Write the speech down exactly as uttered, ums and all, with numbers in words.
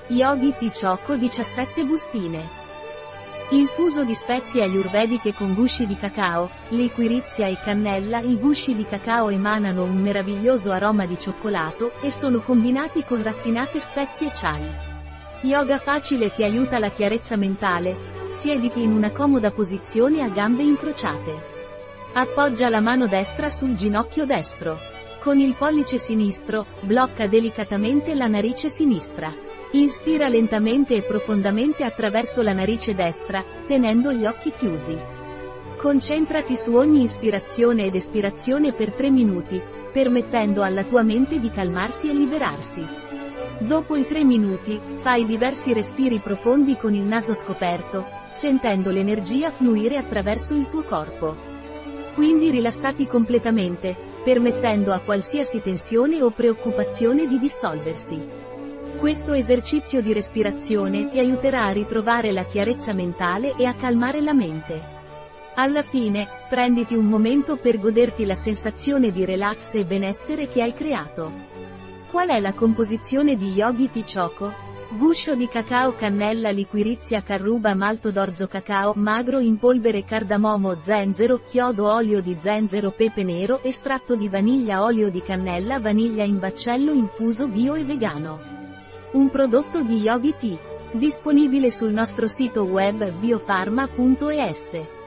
Yogi Tea Choco diciassette bustine. Infuso di spezie ayurvediche con gusci di cacao, liquirizia e cannella. I gusci di cacao emanano un meraviglioso aroma di cioccolato, e sono combinati con raffinate spezie chai. Yoga facile ti aiuta la chiarezza mentale. Siediti in una comoda posizione a gambe incrociate. Appoggia la mano destra sul ginocchio destro. Con il pollice sinistro, blocca delicatamente la narice sinistra. Inspira lentamente e profondamente attraverso la narice destra, tenendo gli occhi chiusi. Concentrati su ogni ispirazione ed espirazione per tre minuti, permettendo alla tua mente di calmarsi e liberarsi. Dopo i tre minuti, fai diversi respiri profondi con il naso scoperto, sentendo l'energia fluire attraverso il tuo corpo. Quindi rilassati completamente, permettendo a qualsiasi tensione o preoccupazione di dissolversi. Questo esercizio di respirazione ti aiuterà a ritrovare la chiarezza mentale e a calmare la mente. Alla fine, prenditi un momento per goderti la sensazione di relax e benessere che hai creato. Qual è la composizione di Yogi Tea Choco? Guscio di cacao, cannella, liquirizia, carruba, malto d'orzo, cacao magro in polvere, cardamomo, zenzero, chiodo, olio di zenzero, pepe nero, estratto di vaniglia, olio di cannella, vaniglia in baccello, infuso bio e vegano. Un prodotto di Yogi Tea, disponibile sul nostro sito web biofarma punto es.